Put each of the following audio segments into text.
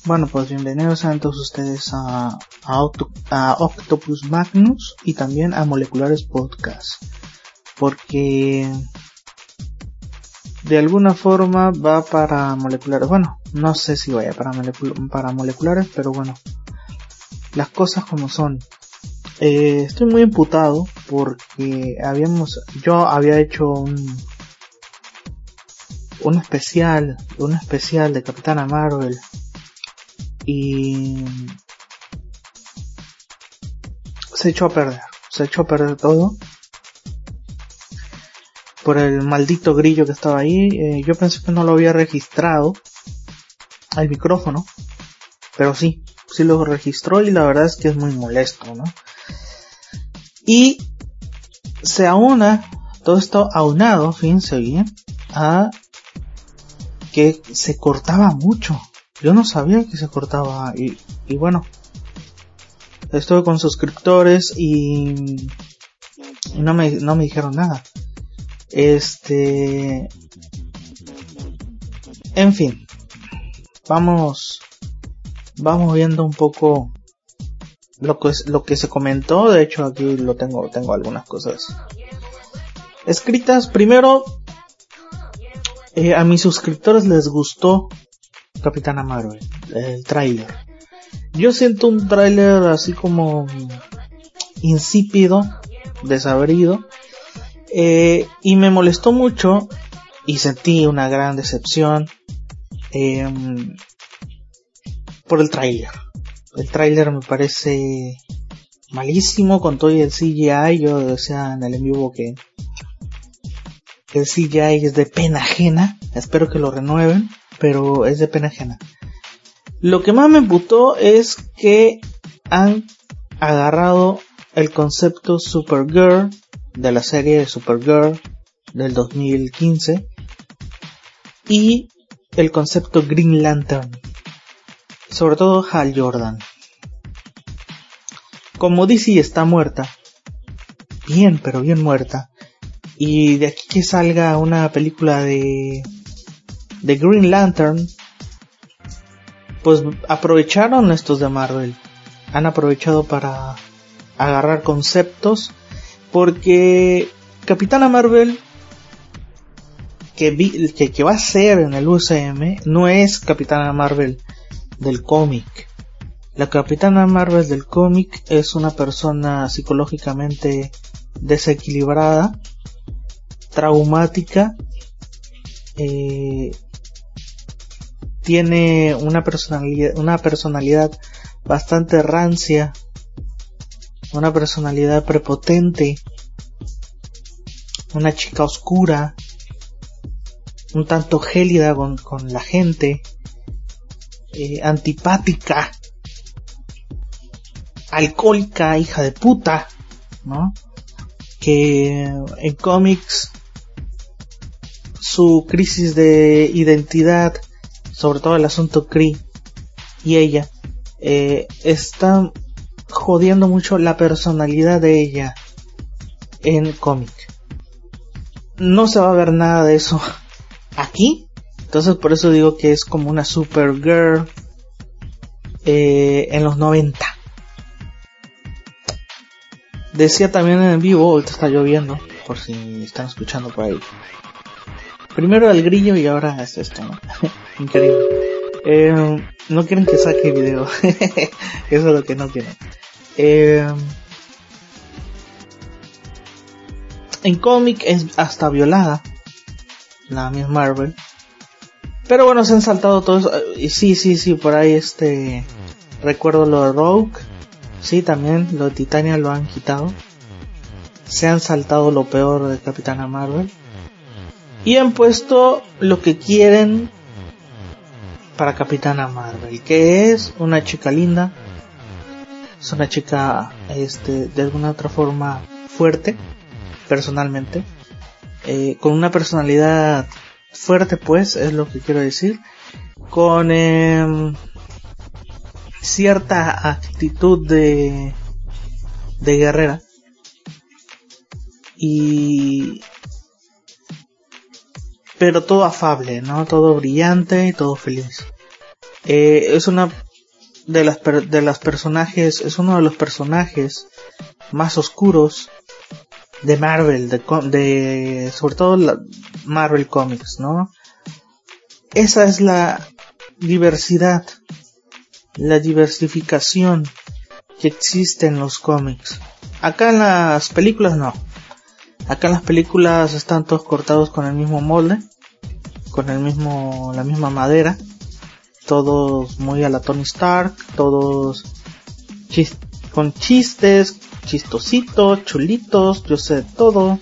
Bueno, pues bienvenidos a todos ustedes a Octopus Magnus y también a Moleculares Podcast, porque de alguna forma va para moleculares. Bueno, no sé si vaya para moleculares, pero bueno, las cosas como son. Estoy muy imputado porque yo había hecho un especial de Capitana Marvel y se echó a perder todo por el maldito grillo que estaba ahí. Yo pensé que no lo había registrado al micrófono, pero sí lo registró y la verdad es que es muy molesto, ¿no? Y se aúna todo esto aunado, fíjense bien, a que se cortaba mucho. Yo no sabía que se cortaba y bueno, estuve con suscriptores y no me dijeron nada. En fin, vamos viendo un poco lo que se comentó. De hecho aquí lo tengo algunas cosas escritas. Primero, a mis suscriptores les gustó Capitana Marvel, el tráiler. Yo siento un tráiler así como insípido, desabrido, y me molestó mucho y sentí una gran decepción por el tráiler. El tráiler me parece malísimo con todo el CGI. Yo decía en el en vivo que el CGI es de pena ajena. Espero que lo renueven, pero es de pena ajena. Lo que más me emputó es que han agarrado el concepto Supergirl de la serie de Supergirl del 2015 y el concepto Green Lantern, sobre todo Hal Jordan. Como DC está muerta, pero bien muerta, y de aquí que salga una película de Green Lantern, pues aprovecharon estos de Marvel, han aprovechado para agarrar conceptos, porque Capitana Marvel que va a ser en el UCM no es Capitana Marvel del cómic. La Capitana Marvel del cómic es una persona psicológicamente desequilibrada, traumática, tiene una personalidad bastante rancia, una personalidad prepotente, una chica oscura, un tanto gélida con la gente, antipática, alcohólica, hija de puta, ¿no? Que en cómics su crisis de identidad, sobre todo el asunto Kree y ella, están jodiendo mucho la personalidad de ella en cómic. No se va a ver nada de eso aquí, entonces por eso digo que es como una Supergirl en los 90. Decía también en vivo, ahorita está lloviendo, por si están escuchando por ahí. Primero el grillo y ahora es esto, ¿no? Increíble. No quieren que saque video. Eso es lo que no quieren. En cómic es hasta violada la Miss Marvel. Pero bueno, se han saltado todo eso. Y sí, por ahí recuerdo lo de Rogue. Sí, también lo de Titania lo han quitado. Se han saltado lo peor de Capitana Marvel. Y han puesto lo que quieren para Capitana Marvel, que es una chica linda, es una chica de alguna otra forma fuerte, personalmente, con una personalidad fuerte, pues, es lo que quiero decir, con cierta actitud de guerrera pero todo afable, ¿no? Todo brillante y todo feliz. es una de las personajes, es uno de los personajes más oscuros de Marvel, de sobre todo la Marvel Comics, ¿no? Esa es la diversidad, la diversificación que existe en los cómics. Acá en las películas no. Acá en las películas están todos cortados con el mismo molde, con la misma madera, todos muy a la Tony Stark, todos con chistes, chistositos, chulitos, yo sé todo.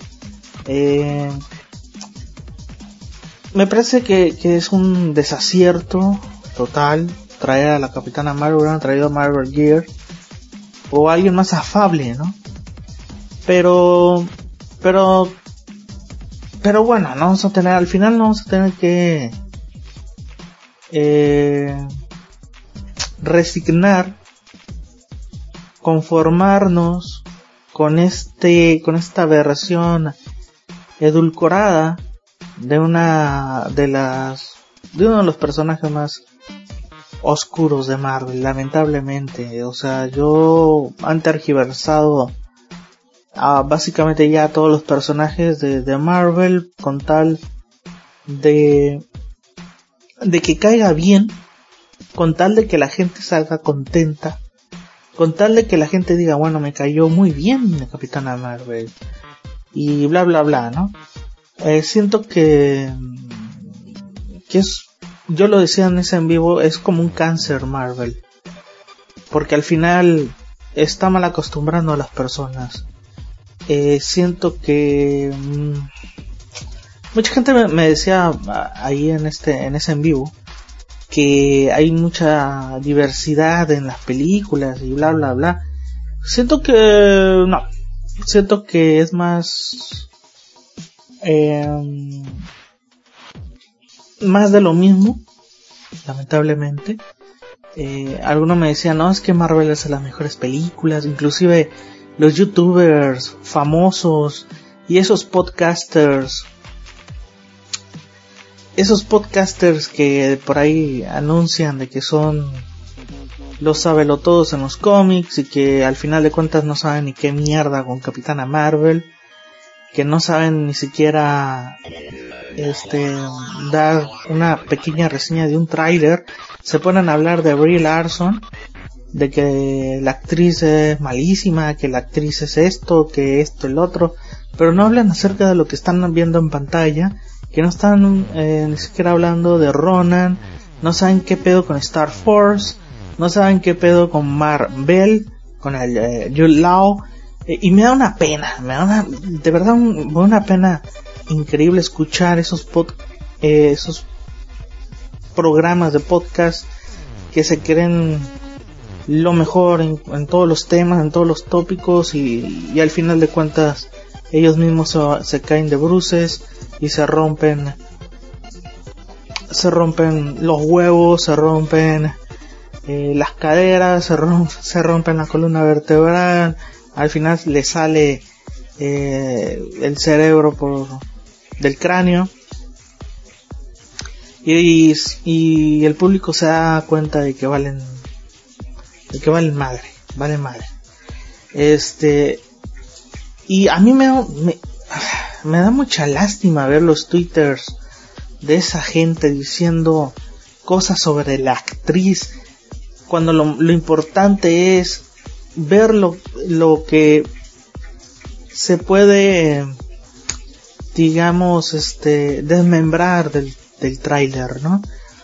Me parece que es un desacierto total traer a la Capitana Marvel, hubieran traído a Marvel Gear o alguien más afable, ¿no? Pero bueno, no vamos a tener, al final no vamos a tener que resignar, conformarnos con esta versión edulcorada de uno de los personajes más oscuros de Marvel, lamentablemente. O sea, yo han tergiversado básicamente ya todos los personajes de Marvel con tal de que caiga bien, con tal de que la gente salga contenta, con tal de que la gente diga, bueno, me cayó muy bien la Capitana Marvel y bla bla bla, ¿no? Siento que es, yo lo decía en ese en vivo, es como un cáncer Marvel, porque al final está mal acostumbrando a las personas. Siento que mucha gente me decía ahí en ese en vivo que hay mucha diversidad en las películas y bla bla bla. Siento que no, siento que es más de lo mismo, lamentablemente. Algunos me decían, no, es que Marvel hace las mejores películas, inclusive los youtubers famosos y esos podcasters que por ahí anuncian de que son los sabelotodos en los cómics y que al final de cuentas no saben ni qué mierda con Capitana Marvel, que no saben ni siquiera dar una pequeña reseña de un tráiler, se ponen a hablar de Brie Larson, de que la actriz es malísima, que la actriz es esto, que esto, el otro, pero no hablan acerca de lo que están viendo en pantalla, que no están ni siquiera hablando de Ronan, no saben qué pedo con Star Force, no saben qué pedo con Marvel, con el Jude Law, y me da una pena, de verdad una pena increíble escuchar esos programas de podcast que se creen lo mejor en todos los temas, en todos los tópicos y al final de cuentas ellos mismos se caen de bruces y se rompen los huevos, se rompen las caderas, se rompen la columna vertebral, al final le sale el cerebro del cráneo y el público se da cuenta de que valen madre. Y a mí me da mucha lástima ver los twitters de esa gente diciendo cosas sobre la actriz, cuando lo importante es ver lo que se puede, digamos, desmembrar del tráiler, ¿no?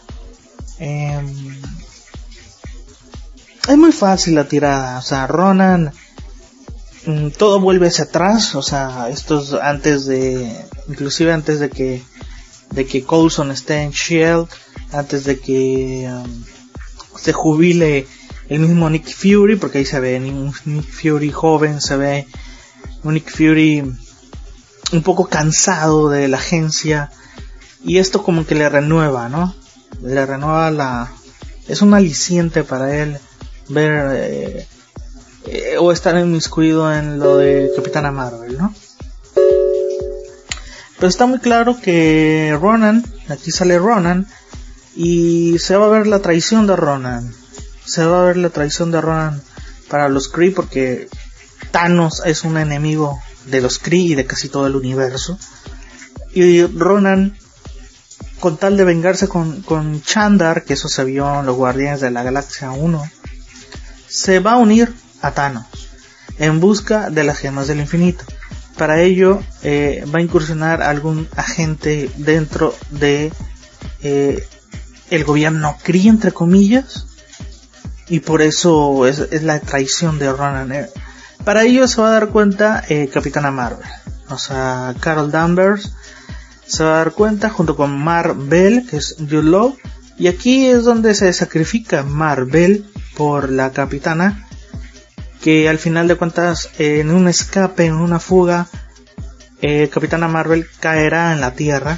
Es muy fácil la tirada, o sea, Ronan, todo vuelve hacia atrás, o sea, esto es inclusive antes de que Coulson esté en S.H.I.E.L.D., antes de que se jubile el mismo Nick Fury, porque ahí se ve un Nick Fury joven, se ve un Nick Fury un poco cansado de la agencia, y esto como que le renueva, ¿no? Le renueva es un aliciente para él ver o estar inmiscuido en lo de Capitana Marvel, ¿no? Pero está muy claro que Ronan, aquí sale Ronan, y se va a ver la traición de Ronan. Se va a ver la traición de Ronan para los Kree, porque Thanos es un enemigo de los Kree y de casi todo el universo. Y Ronan, con tal de vengarse con Chandar, que eso se vio en los Guardianes de la Galaxia 1, se va a unir a Thanos en busca de las gemas del infinito. Para ello va a incursionar algún agente dentro de el gobierno Kree, entre comillas, y por eso es la traición de Ronan. Para ello se va a dar cuenta Capitana Marvel, o sea, Carol Danvers se va a dar cuenta junto con Mar-Vell, que es Jude Law, y aquí es donde se sacrifica Mar-Vell por la Capitana, que al final de cuentas, en un escape, en una fuga, Capitana Marvel caerá en la Tierra.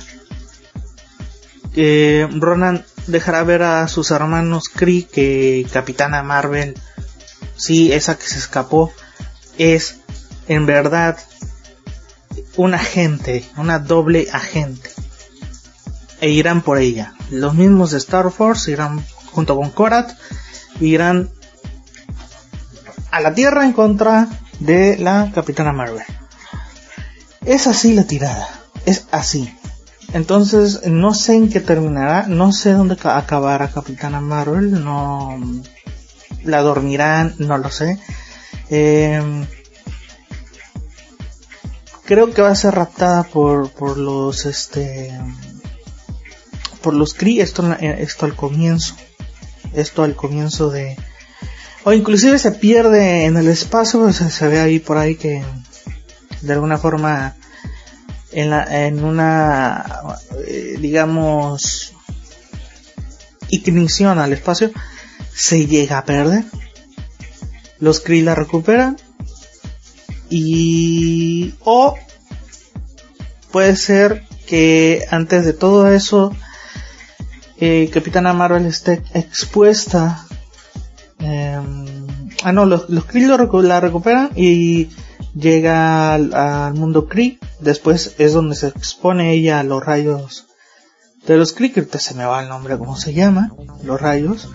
Ronan dejará ver a sus hermanos Kree que Capitana Marvel, sí, esa que se escapó, es en verdad un agente, una doble agente, e irán por ella. Los mismos de Star Force irán junto con Korath, irán a la Tierra en contra de la Capitana Marvel. Es así la tirada, es así. Entonces no sé en qué terminará, no sé dónde acabará Capitana Marvel, no la dormirán, no lo sé. Creo que va a ser raptada por los Kree, esto al comienzo de, o inclusive se pierde en el espacio, pues se ve ahí por ahí que de alguna forma en una digamos ignición al espacio se llega a perder. Los Kree la recuperan, y o puede ser que antes de todo eso Capitana Marvel esté expuesta. Los Kree la recuperan y llega al mundo Kree. Después es donde se expone ella a los rayos de los Kree, que ahorita se me va el nombre, cómo se llama, los rayos.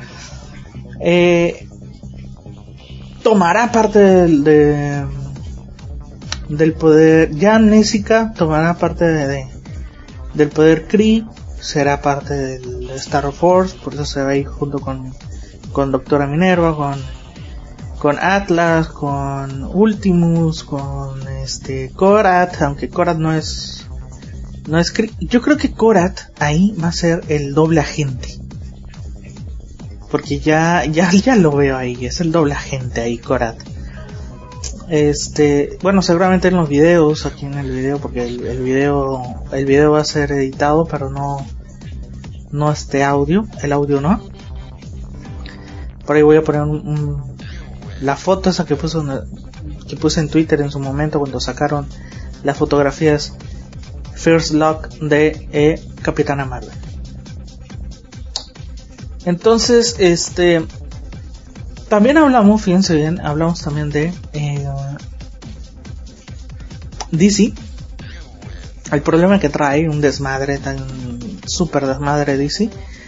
Tomará parte del poder, ya amnésica, tomará parte del poder Kree, será parte del Star Force, por eso se va a ir junto con Doctora Minerva, con Atlas, con Ultimus, con Korath, aunque Korath no es Kree. Yo creo que Korath ahí va a ser el doble agente, porque ya lo veo ahí, es el doble agente ahí, Korath. Bueno, seguramente en los videos, aquí en el video, porque el video va a ser editado, pero no audio, el audio no. Por ahí voy a poner la foto esa que puse en Twitter en su momento cuando sacaron las fotografías First Look de Capitana Marvel. Entonces, también hablamos, fíjense bien, hablamos también de DC, el problema que trae, un desmadre, tan super desmadre DC.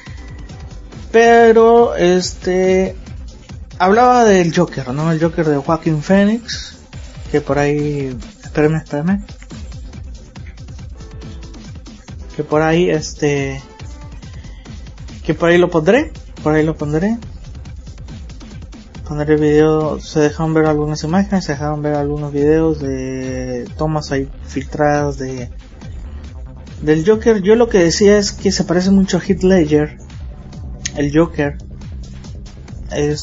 Pero hablaba del Joker, ¿no? El Joker de Joaquin Phoenix, que por ahí, espérame, que por ahí lo pondré, pondré el video. Se dejaron ver algunas imágenes, se dejaron ver algunos videos de tomas ahí filtradas del Joker. Yo lo que decía es que se parece mucho a Heath Ledger, el Joker, el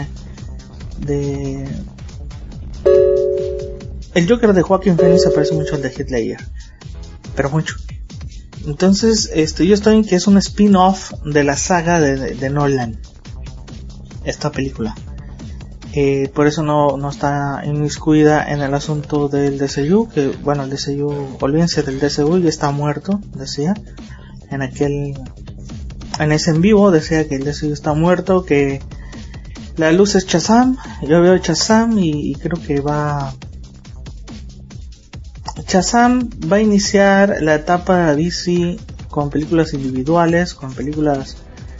Joker de Joaquin Phoenix se parece mucho al de Heath Ledger, pero mucho. Entonces, yo estoy en que es un spin-off de la saga de Nolan, esta película. Por eso no está inmiscuida en el asunto del DCU, que bueno, el DCU, olvídense del DCU, ya está muerto, decía en ese en vivo, decía que el DCU está muerto, que la luz es Shazam. Yo veo Shazam y creo que Shazam va a iniciar la etapa de DC con películas individuales, con películas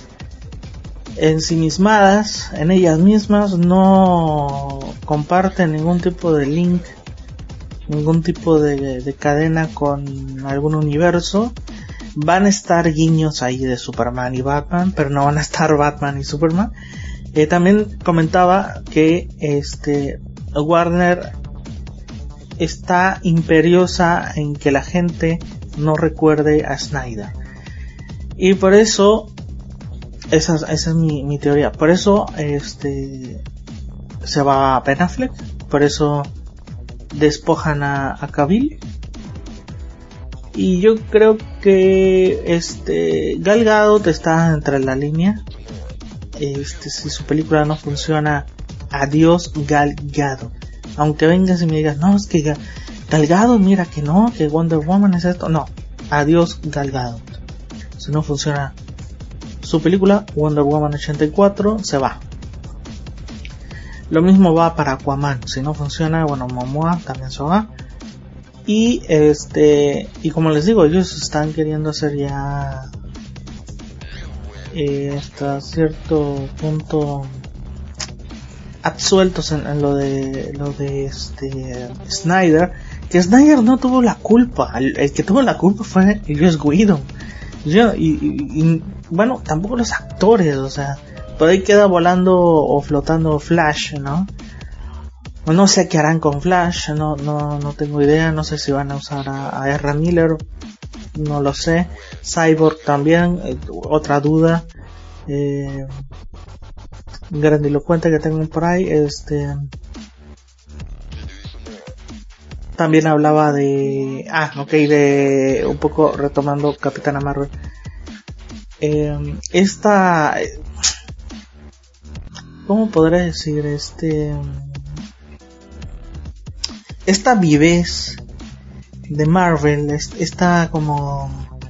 ensimismadas en ellas mismas, no comparten ningún tipo de link, ningún tipo de cadena con algún universo. Van a estar guiños ahí de Superman y Batman, pero no van a estar Batman y Superman. También comentaba que Warner está imperiosa en que la gente no recuerde a Snyder, y por eso esa es mi teoría. Por eso se va a Ben Affleck, por eso despojan a Cavill, y yo creo que Gal Gadot está entre la línea. Si su película no funciona, adiós Gal Gadot. Aunque vengas y me digas, no, es que Gal Gadot, mira que no, que Wonder Woman es esto. No, adiós Gal Gadot. Si no funciona su película, Wonder Woman 84, se va. Lo mismo va para Aquaman. Si no funciona, bueno, Momoa también se va. Y como les digo, ellos están queriendo hacer ya hasta cierto punto absueltos en lo de Snyder, que Snyder no tuvo la culpa. El que tuvo la culpa fue Joss Whedon. Y bueno, tampoco los actores, o sea, por ahí queda volando o flotando Flash, ¿no? No sé qué harán con Flash, no tengo idea, no sé si van a usar a Ezra Miller, no lo sé. Cyborg también, otra duda. Grandilocuente que tengo por ahí, también hablaba de un poco retomando Capitana Marvel. ¿Cómo podré decir? Esta vivez de Marvel, esta como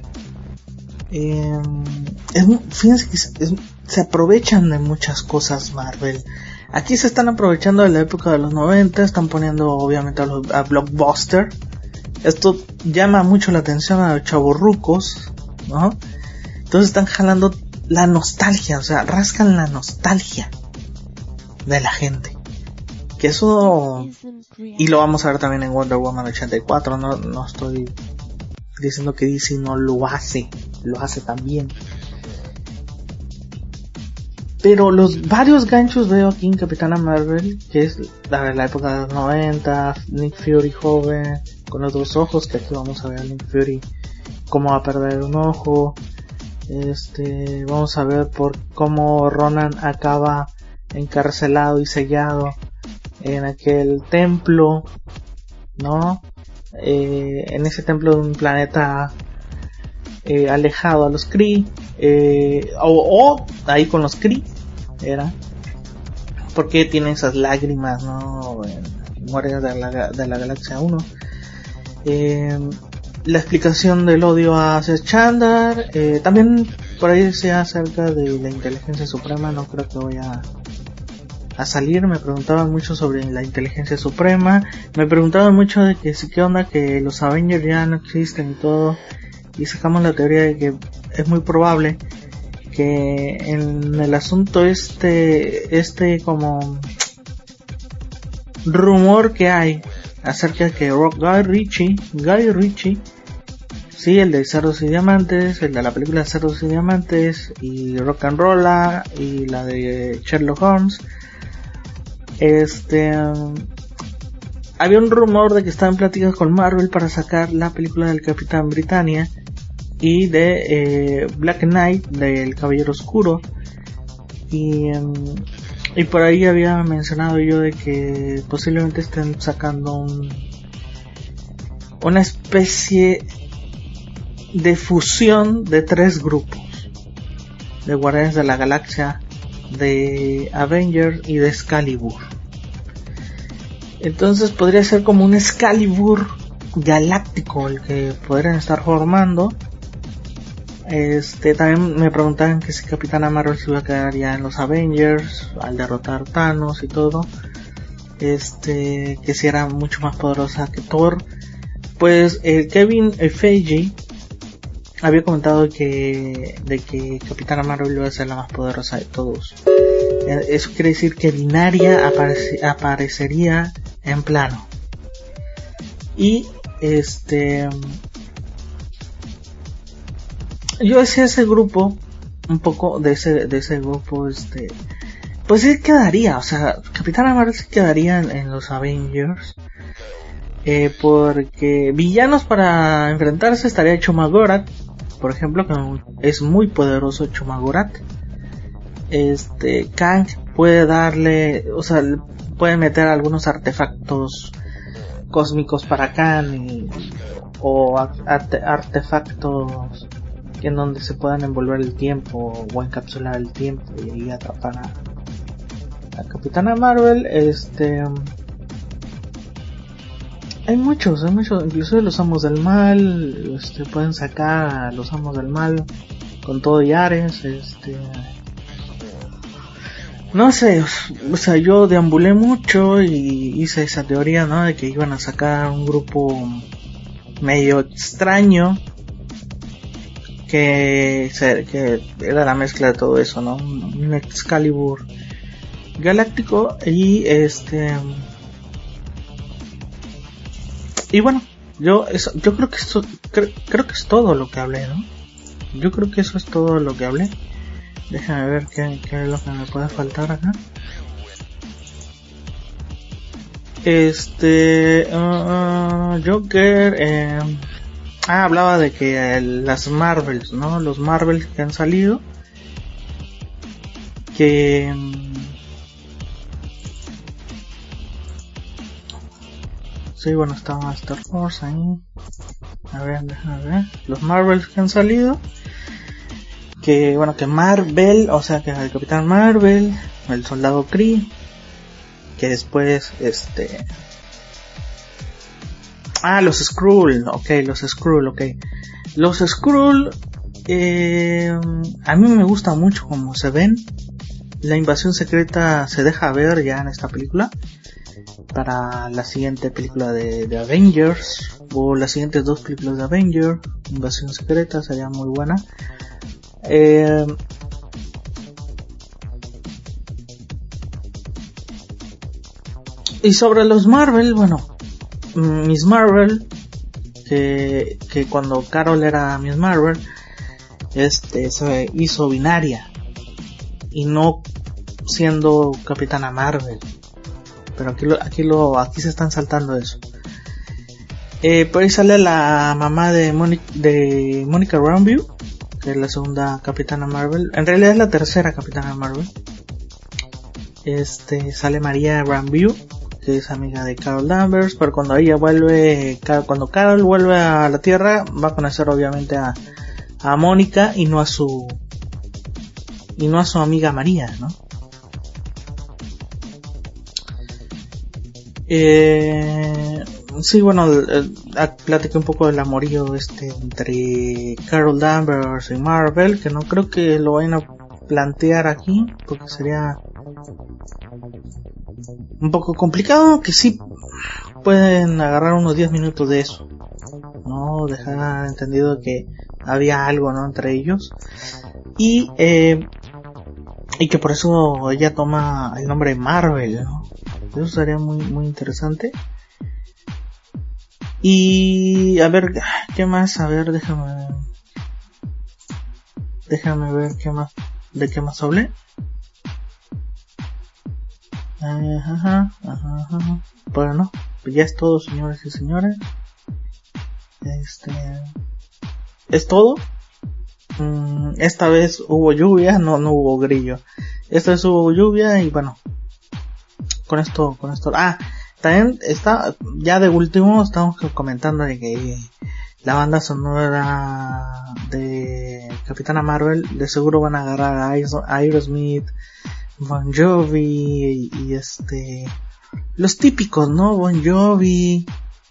fíjense que se aprovechan de muchas cosas Marvel. Aquí se están aprovechando de la época de los 90, están poniendo obviamente a Blockbuster. Esto llama mucho la atención a los chavorrucos, ¿no? Entonces están jalando la nostalgia, o sea, rascan la nostalgia de la gente. Que eso, y lo vamos a ver también en Wonder Woman 84, no estoy diciendo que DC no lo hace también. Pero los varios ganchos veo aquí en Capitana Marvel, que es la época de los 90, Nick Fury joven, con los dos ojos, que aquí vamos a ver a Nick Fury cómo va a perder un ojo. Vamos a ver por cómo Ronan acaba encarcelado y sellado en aquel templo, ¿no? En ese templo de un planeta alejado a los Kree, o ahí con los Kree era, porque tiene esas lágrimas, ¿no? En Guardianes de la Galaxia 1. La explicación del odio hacia Chandar, también por ahí decía acerca de la inteligencia suprema, no creo que vaya a salir. Me preguntaban mucho sobre la inteligencia suprema, me preguntaban mucho de que si qué onda que los Avengers ya no existen y todo, y sacamos la teoría de que es muy probable que en el asunto como rumor que hay acerca de que Guy Ritchie, sí, el de Cerdos y Diamantes, el de la película de Cerdos y Diamantes, y Rock and Rolla, y la de Sherlock Holmes, había un rumor de que estaban pláticas con Marvel para sacar la película del Capitán Britannia y de Black Knight, del Caballero Oscuro, y por ahí había mencionado yo de que posiblemente estén sacando una especie de fusión de 3 grupos, de Guardianes de la Galaxia, de Avengers y de Excalibur. Entonces podría ser como un Excalibur galáctico el que podrían estar formando. También me preguntaban que si Capitana Marvel se iba a quedar ya en los Avengers al derrotar Thanos y todo, que si era mucho más poderosa que Thor. Pues Kevin Feige había comentado de que Capitana Marvel iba a ser la más poderosa de todos. Eso quiere decir que Binaria aparecería en plano. Y yo decía ese grupo, un poco de ese grupo, pues sí quedaría, o sea, Capitana Marvel sí quedaría en los Avengers. Porque villanos para enfrentarse estaría Chumagorat, por ejemplo, que es muy poderoso Chumagorat. Kang puede darle, o sea, puede meter algunos artefactos cósmicos para Kang o artefactos en donde se puedan envolver el tiempo o encapsular el tiempo y ahí atrapar a Capitana Marvel. Hay muchos, incluso los Amos del Mal, pueden sacar a los Amos del Mal con todo y Ares, no sé, o sea, yo deambulé mucho y hice esa teoría, ¿no? De que iban a sacar un grupo medio extraño que era la mezcla de todo eso, ¿no? Un Excalibur galáctico y bueno, yo creo que creo que es todo lo que hablé, ¿no? Yo creo que eso es todo lo que hablé. Déjame ver qué es lo que me puede faltar acá. Joker, hablaba de que las Marvels, ¿no? Los Marvels que han salido, que sí, bueno, estaba Star Wars ahí. A ver, déjame ver. Los Marvels que han salido. Que bueno, que Marvel, o sea, que el Capitán Marvel, el Soldado Kree, que después los Skrull, los Skrull, a mí me gusta mucho cómo se ven. La invasión secreta se deja ver ya en esta película para la siguiente película de Avengers, o las siguientes dos películas de Avengers. Invasión secreta sería muy buena. Y sobre los Marvel, bueno, Miss Marvel, que cuando Carol era Miss Marvel, se hizo binaria y no siendo Capitana Marvel, pero aquí se están saltando eso. Por ahí sale la mamá de Monica Rambeau, que es la segunda Capitana Marvel, en realidad es la tercera Capitana Marvel. Sale María Rambeau, que es amiga de Carol Danvers, pero cuando Carol vuelve a la Tierra, va a conocer obviamente a Mónica y no a su amiga María, ¿no? Sí, bueno, platiqué un poco del amorío entre Carol Danvers y Marvel, que no creo que lo vayan a plantear aquí, porque sería un poco complicado, que sí pueden agarrar unos 10 minutos de eso, no dejar entendido que había algo, ¿no?, entre ellos, y que por eso ella toma el nombre de Marvel, ¿no? Eso sería muy muy interesante. Y a ver, ¿qué más? A ver, déjame ver qué más, de qué más hablé. Bueno, pues ya es todo, señores y señores. Es todo. Esta vez hubo lluvia, no hubo grillo. Esta vez hubo lluvia y bueno, con esto. También está, ya de último, estamos comentando de que la banda sonora de Capitana Marvel de seguro van a agarrar a Aerosmith, Bon Jovi y los típicos, ¿no? Bon Jovi,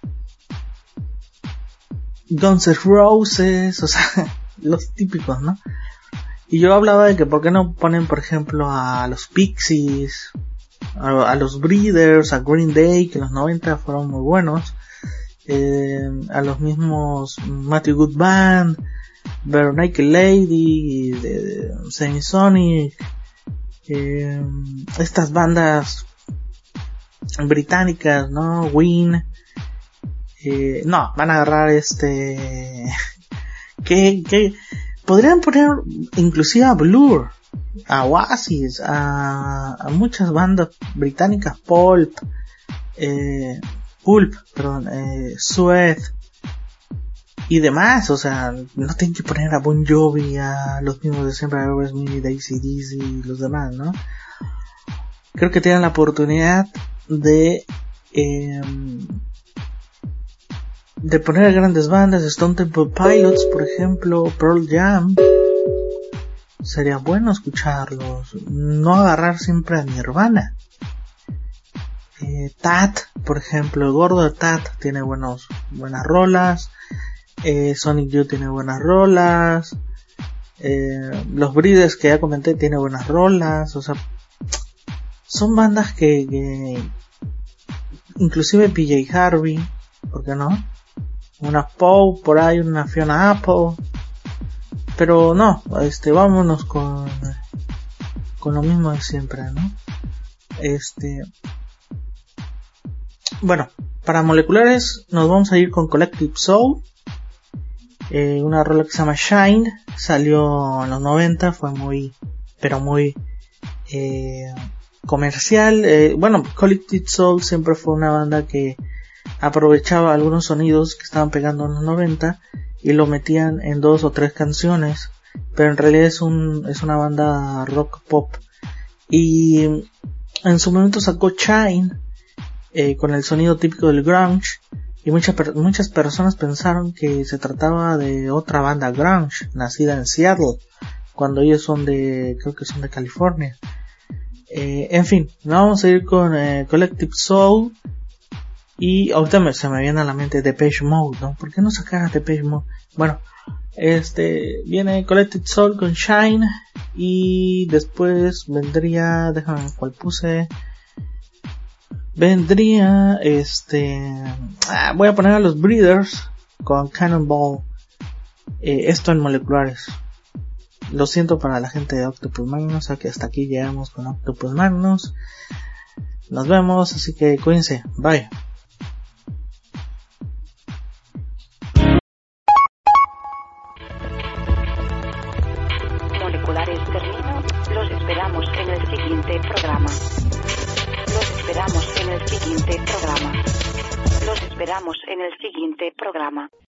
Guns N' Roses, o sea, los típicos, ¿no? Y yo hablaba de que por qué no ponen, por ejemplo, a los Pixies, a los Breeders, a Green Day, que en los 90 fueron muy buenos, a los mismos Matthew Good Band, Bare Naked Lady, de Semisonic, estas bandas británicas, ¿no? Ween, no, van a agarrar que podrían poner inclusive a Blur, a Oasis, a muchas bandas británicas, Pulp, Suede y demás. O sea, no tienen que poner a Bon Jovi, a los mismos de siempre, a Aerosmith, AC/DC y los demás, ¿no? Creo que tienen la oportunidad de poner grandes bandas, Stone Temple Pilots, por ejemplo, Pearl Jam. Sería bueno escucharlos, no agarrar siempre a Nirvana. Tat, por ejemplo, el gordo de Tat tiene buenas rolas. Sonic Youth tiene buenas rolas. Los Breeders, que ya comenté, tiene buenas rolas. O sea, son bandas que inclusive PJ Harvey, ¿por qué no? Una Poe por ahí, una Fiona Apple. Pero no, vámonos con lo mismo de siempre, ¿no? Bueno, para moleculares nos vamos a ir con Collective Soul. Una rola que se llama Shine, salió en los 90, fue muy comercial. Collective Soul siempre fue una banda que aprovechaba algunos sonidos que estaban pegando en los 90 y lo metían en 2 o 3 canciones, pero en realidad es una banda rock pop. Y en su momento sacó Shine, con el sonido típico del grunge, y muchas personas pensaron que se trataba de otra banda grunge nacida en Seattle, cuando ellos creo que son de California. En fin, nos vamos a ir con Collective Soul. Y ahorita se me viene a la mente Depeche Mode, ¿no? ¿Por qué no sacar a Depeche Mode? Bueno, viene Collective Soul con Shine, y después vendría, déjame ver cuál puse. Vendría, voy a poner a los Breeders con Cannonball. Esto en moleculares. Lo siento para la gente de Octopus Magnus, que hasta aquí llegamos con Octopus Magnus. Nos vemos, así que cuídense, bye. Moleculares terminó. Los esperamos en el siguiente programa. Los esperamos en el siguiente programa.